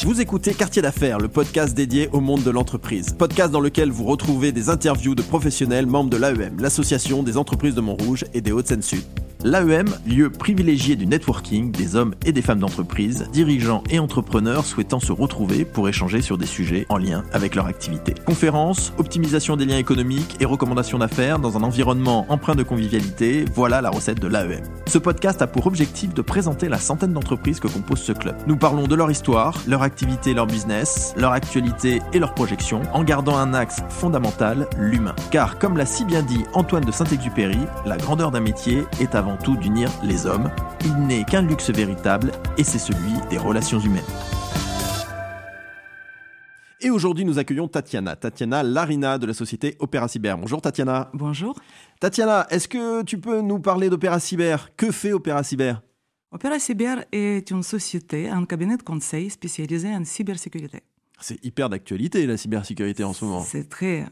Vous écoutez Quartier d'affaires, le podcast dédié au monde de l'entreprise. Podcast dans lequel vous retrouvez des interviews de professionnels membres de l'AEM, l'association des entreprises de Montrouge et des Hauts-de-Seine-Sud. L'AEM, lieu privilégié du networking des hommes et des femmes d'entreprise, dirigeants et entrepreneurs souhaitant se retrouver pour échanger sur des sujets en lien avec leur activité. Conférences, optimisation des liens économiques et recommandations d'affaires dans un environnement empreint de convivialité, voilà la recette de l'AEM. Ce podcast a pour objectif de présenter la centaine d'entreprises que compose ce club. Nous parlons de leur histoire, leur activité, leur business, leur actualité et leurs projections, en gardant un axe fondamental, l'humain. Car comme l'a si bien dit Antoine de Saint-Exupéry, la grandeur d'un métier est avant tout d'unir les hommes. Il n'est qu'un luxe véritable et c'est celui des relations humaines. Et aujourd'hui, nous accueillons Tatiana Larina de la société Opéra Cyber. Bonjour Tatiana. Bonjour. Tatiana, est-ce que tu peux nous parler d'Opéra Cyber ? Que fait Opéra Cyber ? Opéra Cyber est une société, un cabinet de conseil spécialisé en cybersécurité. C'est hyper d'actualité la cybersécurité en ce moment. C'est très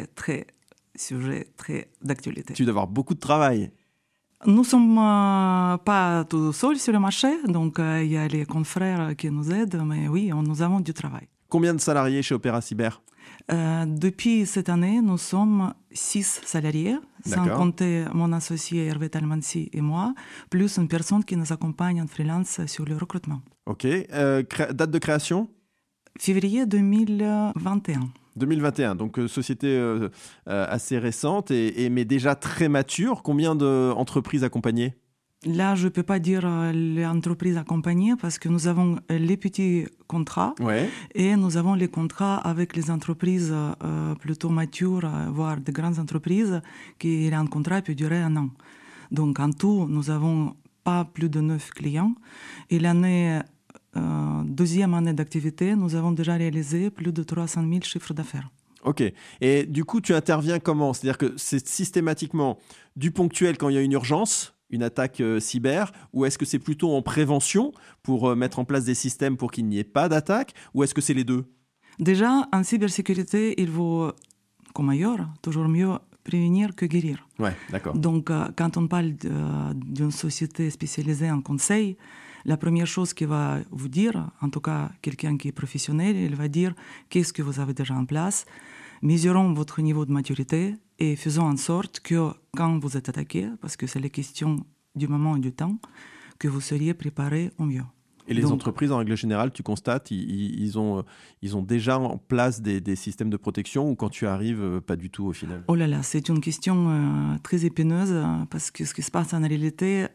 sujet très d'actualité. Tu dois avoir beaucoup de travail. Nous ne sommes pas tout seuls sur le marché, donc il y a les confrères qui nous aident, mais oui, nous avons du travail. Combien de salariés chez Opéra Cyber ? Depuis cette année, nous sommes 6 salariés, sans compter mon associé Hervé Talmansi et moi, plus une personne qui nous accompagne en freelance sur le recrutement. Ok. Date de création ? Février 2021. 2021, donc société assez récente, mais déjà très mature. Combien d'entreprises accompagnées ? Là, je ne peux pas dire les entreprises accompagnées parce que nous avons les petits contrats et nous avons les contrats avec les entreprises plutôt matures, voire des grandes entreprises, qui un contrat peut durer 1 an. Donc en tout, nous n'avons pas plus de 9 clients. Et l'année... deuxième année d'activité, nous avons déjà réalisé plus de 300 000 chiffres d'affaires. Ok. Et du coup, tu interviens comment ? C'est-à-dire que c'est systématiquement du ponctuel quand il y a une urgence, une attaque cyber, ou est-ce que c'est plutôt en prévention pour mettre en place des systèmes pour qu'il n'y ait pas d'attaque, ou est-ce que c'est les deux ? Déjà, en cybersécurité, il vaut, comme ailleurs, toujours mieux prévenir que guérir. Ouais, d'accord. Donc, quand on parle d'une société spécialisée en conseil, la première chose qu'il va vous dire, en tout cas quelqu'un qui est professionnel, il va dire qu'est-ce que vous avez déjà en place, mesurons votre niveau de maturité et faisons en sorte que quand vous êtes attaqué, parce que c'est la question du moment et du temps, que vous seriez préparé au mieux. Et les entreprises, en règle générale, tu constates, ils ont déjà en place des systèmes de protection ou quand tu arrives, pas du tout au final ? Oh là là, c'est une question très épineuse parce que ce qui se passe en réalité,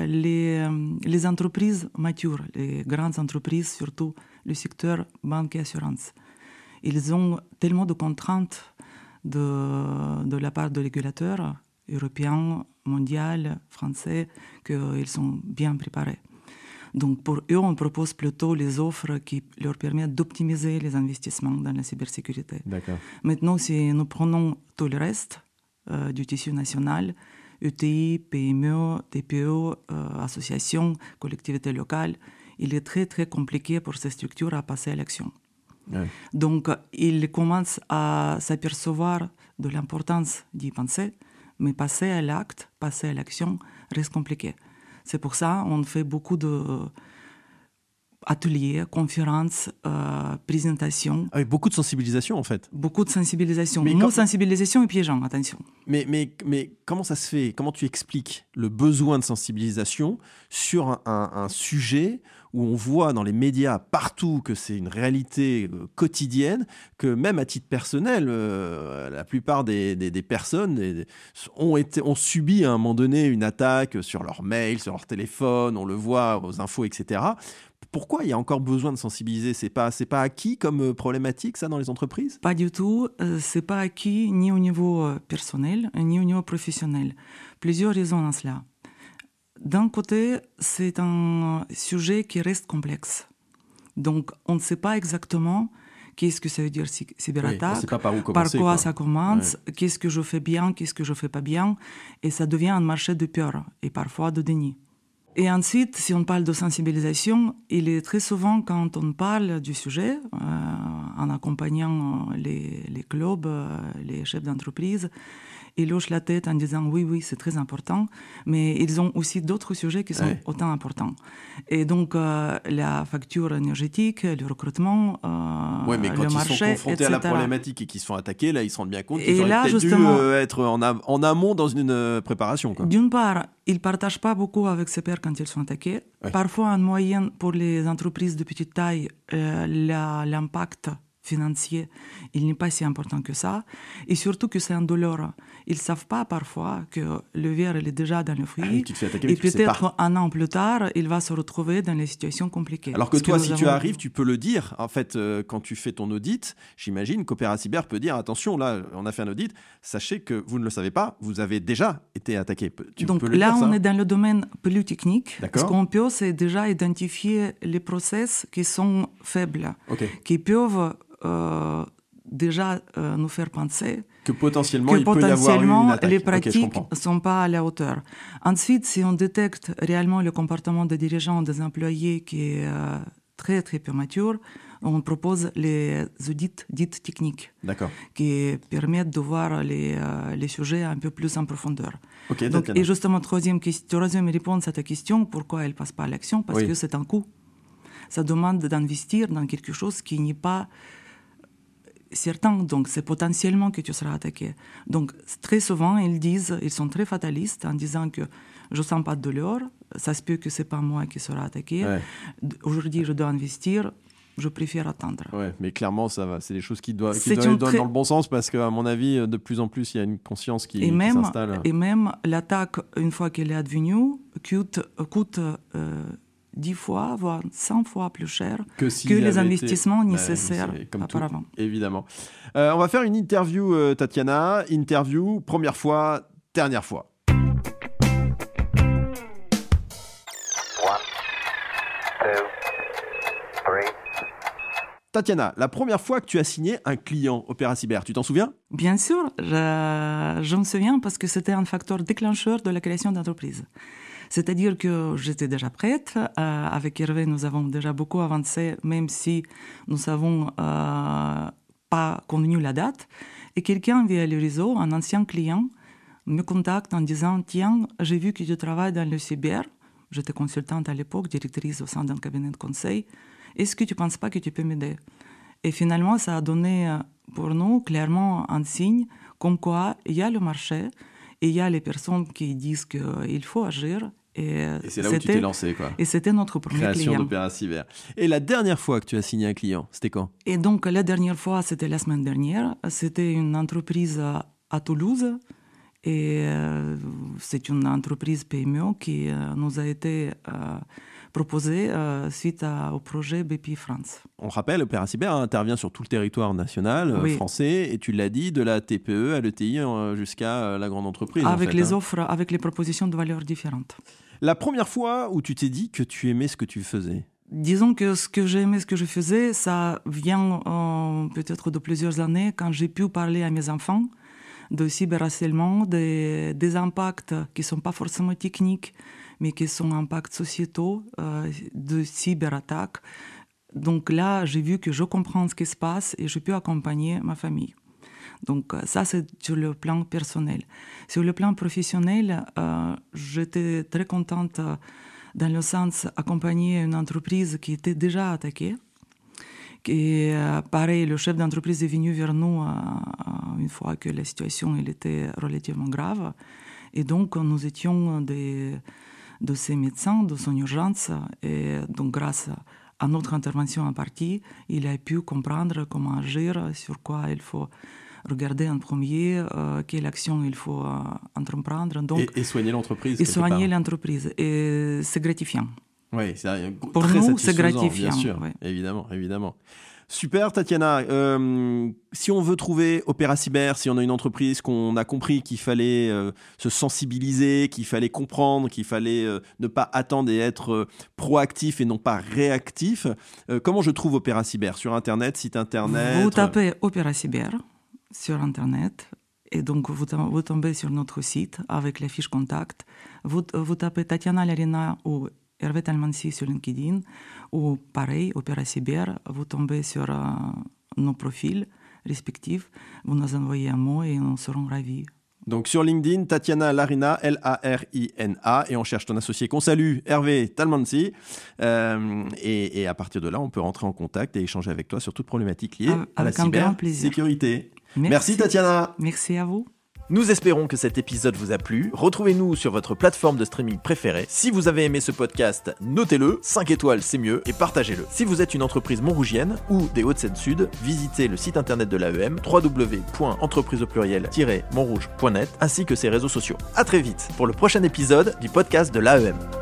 les entreprises matures, les grandes entreprises, surtout le secteur banque et assurance, ils ont tellement de contraintes de la part de régulateurs européens, mondiaux, français, qu'ils sont bien préparés. Donc pour eux, on propose plutôt les offres qui leur permettent d'optimiser les investissements dans la cybersécurité. D'accord. Maintenant, si nous prenons tout le reste du tissu national, ETI, PME, TPE, associations, collectivités locales, il est très très compliqué pour ces structures à passer à l'action. Ouais. Donc, ils commencent à s'apercevoir de l'importance d'y penser, mais passer à l'acte, passer à l'action reste compliqué. C'est pour ça qu'on fait beaucoup d'ateliers, conférences, présentations. Ah oui, beaucoup de sensibilisation en fait. Beaucoup de sensibilisation. Sensibilisation et piégeant, attention. Mais comment ça se fait ? Comment tu expliques le besoin de sensibilisation sur un sujet où on voit dans les médias partout que c'est une réalité quotidienne, que même à titre personnel, la plupart des personnes ont subi à un moment donné une attaque sur leur mail, sur leur téléphone, on le voit aux infos, etc. Pourquoi il y a encore besoin de sensibiliser ? C'est pas acquis comme problématique, ça, dans les entreprises ? Pas du tout. C'est pas acquis ni au niveau personnel, ni au niveau professionnel. Plusieurs raisons à cela. D'un côté, c'est un sujet qui reste complexe. Donc, on ne sait pas exactement qu'est-ce que ça veut dire cyberattaque, on ne sait pas par où commencer, par quoi ça commence, qu'est-ce que je fais bien, qu'est-ce que je ne fais pas bien. Et ça devient un marché de peur et parfois de déni. Et ensuite, si on parle de sensibilisation, il est très souvent, quand on parle du sujet, en accompagnant les clubs, les chefs d'entreprise, ils hochent la tête en disant oui, c'est très important, mais ils ont aussi d'autres sujets qui sont autant importants. Et donc, la facture énergétique, le recrutement, mais quand le marché, ils sont confrontés etc. à la problématique et qu'ils se font attaquer, là, ils se rendent bien compte Et qu'ils auraient là, peut-être justement, dû être en amont dans une préparation, quoi. D'une part, ils ne partagent pas beaucoup avec ses pairs quand ils sont attaqués. Ouais. Parfois, en moyenne, pour les entreprises de petite taille, l'impact financier, il n'est pas si important que ça. Et surtout que c'est indolore. Ils ne savent pas parfois que le verre il est déjà dans le fruit. Tu te fais attaquer, mais et tu le sais pas. peut-être un an plus tard, il va se retrouver dans des situations compliquées. Alors que toi, si tu arrives, tu peux le dire. En fait, quand tu fais ton audit, j'imagine qu'Opéra Cyber peut dire attention, là, on a fait un audit, sachez que vous ne le savez pas, vous avez déjà été attaqué. Donc là, on est dans le domaine plus technique. D'accord. Ce qu'on peut, c'est déjà identifier les process qui sont faibles, qui peuvent déjà nous faire penser que potentiellement il peut y avoir une attaque. Les pratiques ne sont pas à la hauteur. Ensuite, si on détecte réellement le comportement des dirigeants, des employés qui est très très prémature, on propose les audits dits techniques, qui permettent de voir les sujets un peu plus en profondeur. Donc, et justement, troisième réponse à ta question, pourquoi elle ne passe pas à l'action? Parce que c'est un coût. Ça demande d'investir dans quelque chose qui n'est pas certain, donc c'est potentiellement que tu seras attaqué. Donc très souvent, ils sont très fatalistes en disant que je ne sens pas de douleur, ça se peut que ce n'est pas moi qui sera attaqué. Aujourd'hui, je dois investir, je préfère attendre. Ouais, mais clairement, ça va. C'est des choses qui doivent aller dans le bon sens parce qu'à mon avis, de plus en plus, il y a une conscience qui s'installe. Et même l'attaque, une fois qu'elle est advenue, coûte 10 fois, voire 100 fois plus cher que les investissements nécessaires auparavant. Évidemment. On va faire une interview, Tatiana. Interview, première fois, dernière fois. Tatiana, la première fois que tu as signé un client Opéra Cyber, tu t'en souviens? Bien sûr, je me souviens parce que c'était un facteur déclencheur de la création d'entreprise. C'est-à-dire que j'étais déjà prête. Avec Hervé, nous avons déjà beaucoup avancé, même si nous n'avons pas convenu la date. Et quelqu'un via le réseau, un ancien client, me contacte en disant « Tiens, j'ai vu que tu travailles dans le cyber. » J'étais consultante à l'époque, directrice au sein d'un cabinet de conseil. « Est-ce que tu ne penses pas que tu peux m'aider ?» Et finalement, ça a donné pour nous clairement un signe comme quoi il y a le marché et il y a les personnes qui disent qu'il faut agir. Et c'est là où tu t'es lancé, quoi. Et c'était notre premier client. Création d'Opéra Cyber. Et la dernière fois que tu as signé un client, c'était quand? Et donc, la dernière fois, c'était la semaine dernière. C'était une entreprise à Toulouse. Et c'est une entreprise PME qui nous a été proposée suite au projet BPI France. On rappelle, Opéra Cyber intervient sur tout le territoire national français. Et tu l'as dit, de la TPE à l'ETI jusqu'à la grande entreprise. Avec les offres, avec les propositions de valeurs différentes. La première fois où tu t'es dit que tu aimais ce que tu faisais? Disons que ce que j'aimais, ce que je faisais, ça vient peut-être de plusieurs années quand j'ai pu parler à mes enfants de cyberharcèlement, des impacts qui ne sont pas forcément techniques, mais qui sont impacts sociétaux, de cyberattaques. Donc là, j'ai vu que je comprends ce qui se passe et je peux accompagner ma famille. Donc ça, c'est sur le plan personnel. Sur le plan professionnel, j'étais très contente dans le sens d'accompagner une entreprise qui était déjà attaquée. Et pareil, le chef d'entreprise est venu vers nous une fois que la situation elle était relativement grave. Et donc, nous étions de ces médecins, de son urgence. Et donc, grâce à notre intervention en partie, il a pu comprendre comment agir, sur quoi il faut regarder en premier, quelle action il faut entreprendre. Donc, et soigner l'entreprise. Et soigner l'entreprise. Et c'est gratifiant. Oui, c'est pour très nous, c'est gratifiant. Bien sûr, ouais. Évidemment. Super, Tatiana. Si on veut trouver Opéra Cyber, si on a une entreprise qu'on a compris qu'il fallait se sensibiliser, qu'il fallait comprendre, qu'il fallait ne pas attendre et être proactif et non pas réactif, comment je trouve Opéra Cyber? Sur Internet, site Internet? Vous tapez Opéra Cyber sur Internet. Et donc, vous tombez sur notre site avec la fiche contact. Vous tapez Tatiana Larina ou Hervé Talmancy sur LinkedIn, ou pareil, Opéra Cyber, vous tombez sur nos profils respectifs, vous nous envoyez un mot et nous serons ravis Donc sur LinkedIn, Tatiana Larina, Larina, et on cherche ton associé qu'on salue, Hervé Talmanzi. Et à partir de là, on peut rentrer en contact et échanger avec toi sur toute problématique liée à la cybersécurité. Merci Tatiana. Merci à vous. Nous espérons que cet épisode vous a plu. Retrouvez-nous sur votre plateforme de streaming préférée. Si vous avez aimé ce podcast, notez-le, 5 étoiles c'est mieux, et partagez-le. Si vous êtes une entreprise montrougienne ou des Hauts-de-Seine-Sud, visitez le site internet de l'AEM, www.entrepriseaupluriel-montrouge.net, ainsi que ses réseaux sociaux. À très vite pour le prochain épisode du podcast de l'AEM.